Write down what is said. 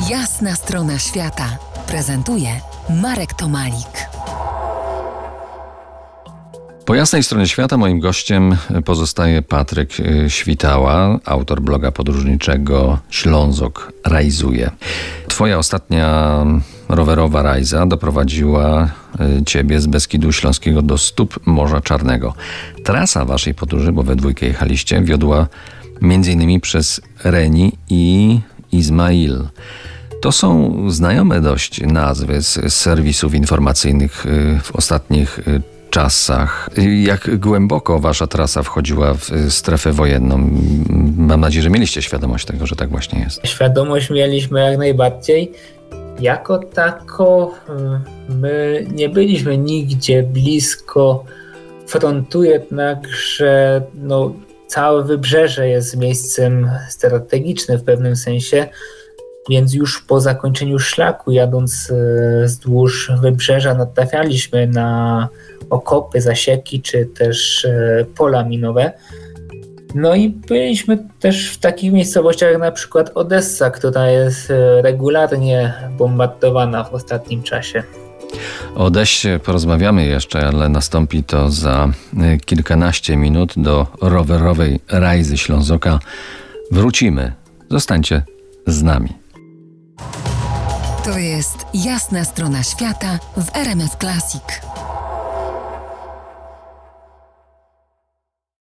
Jasna strona świata prezentuje Marek Tomalik. Po jasnej stronie świata moim gościem pozostaje Patryk Świtała, autor bloga podróżniczego Ślązok rajzuje. Twoja ostatnia rowerowa rajza doprowadziła ciebie z Beskidu Śląskiego do stóp Morza Czarnego. Trasa waszej podróży, bo we dwójkę jechaliście, wiodła m.in. przez Reni i Izmail. To są znajome dość nazwy z serwisów informacyjnych w ostatnich czasach. Jak głęboko wasza trasa wchodziła w strefę wojenną? Mam nadzieję, że mieliście świadomość tego, że tak właśnie jest. Świadomość mieliśmy jak najbardziej. Jako tako my nie byliśmy nigdzie blisko frontu, jednakże całe wybrzeże jest miejscem strategicznym w pewnym sensie, więc już po zakończeniu szlaku, jadąc wzdłuż wybrzeża, natrafialiśmy na okopy, zasieki czy też pola minowe. No i byliśmy też w takich miejscowościach jak na przykład Odessa, która jest regularnie bombardowana w ostatnim czasie. O Odessie porozmawiamy jeszcze, ale nastąpi to za kilkanaście minut. Do rowerowej rajzy Ślązoka wrócimy. Zostańcie z nami. To jest Jasna strona świata w RMF Classic.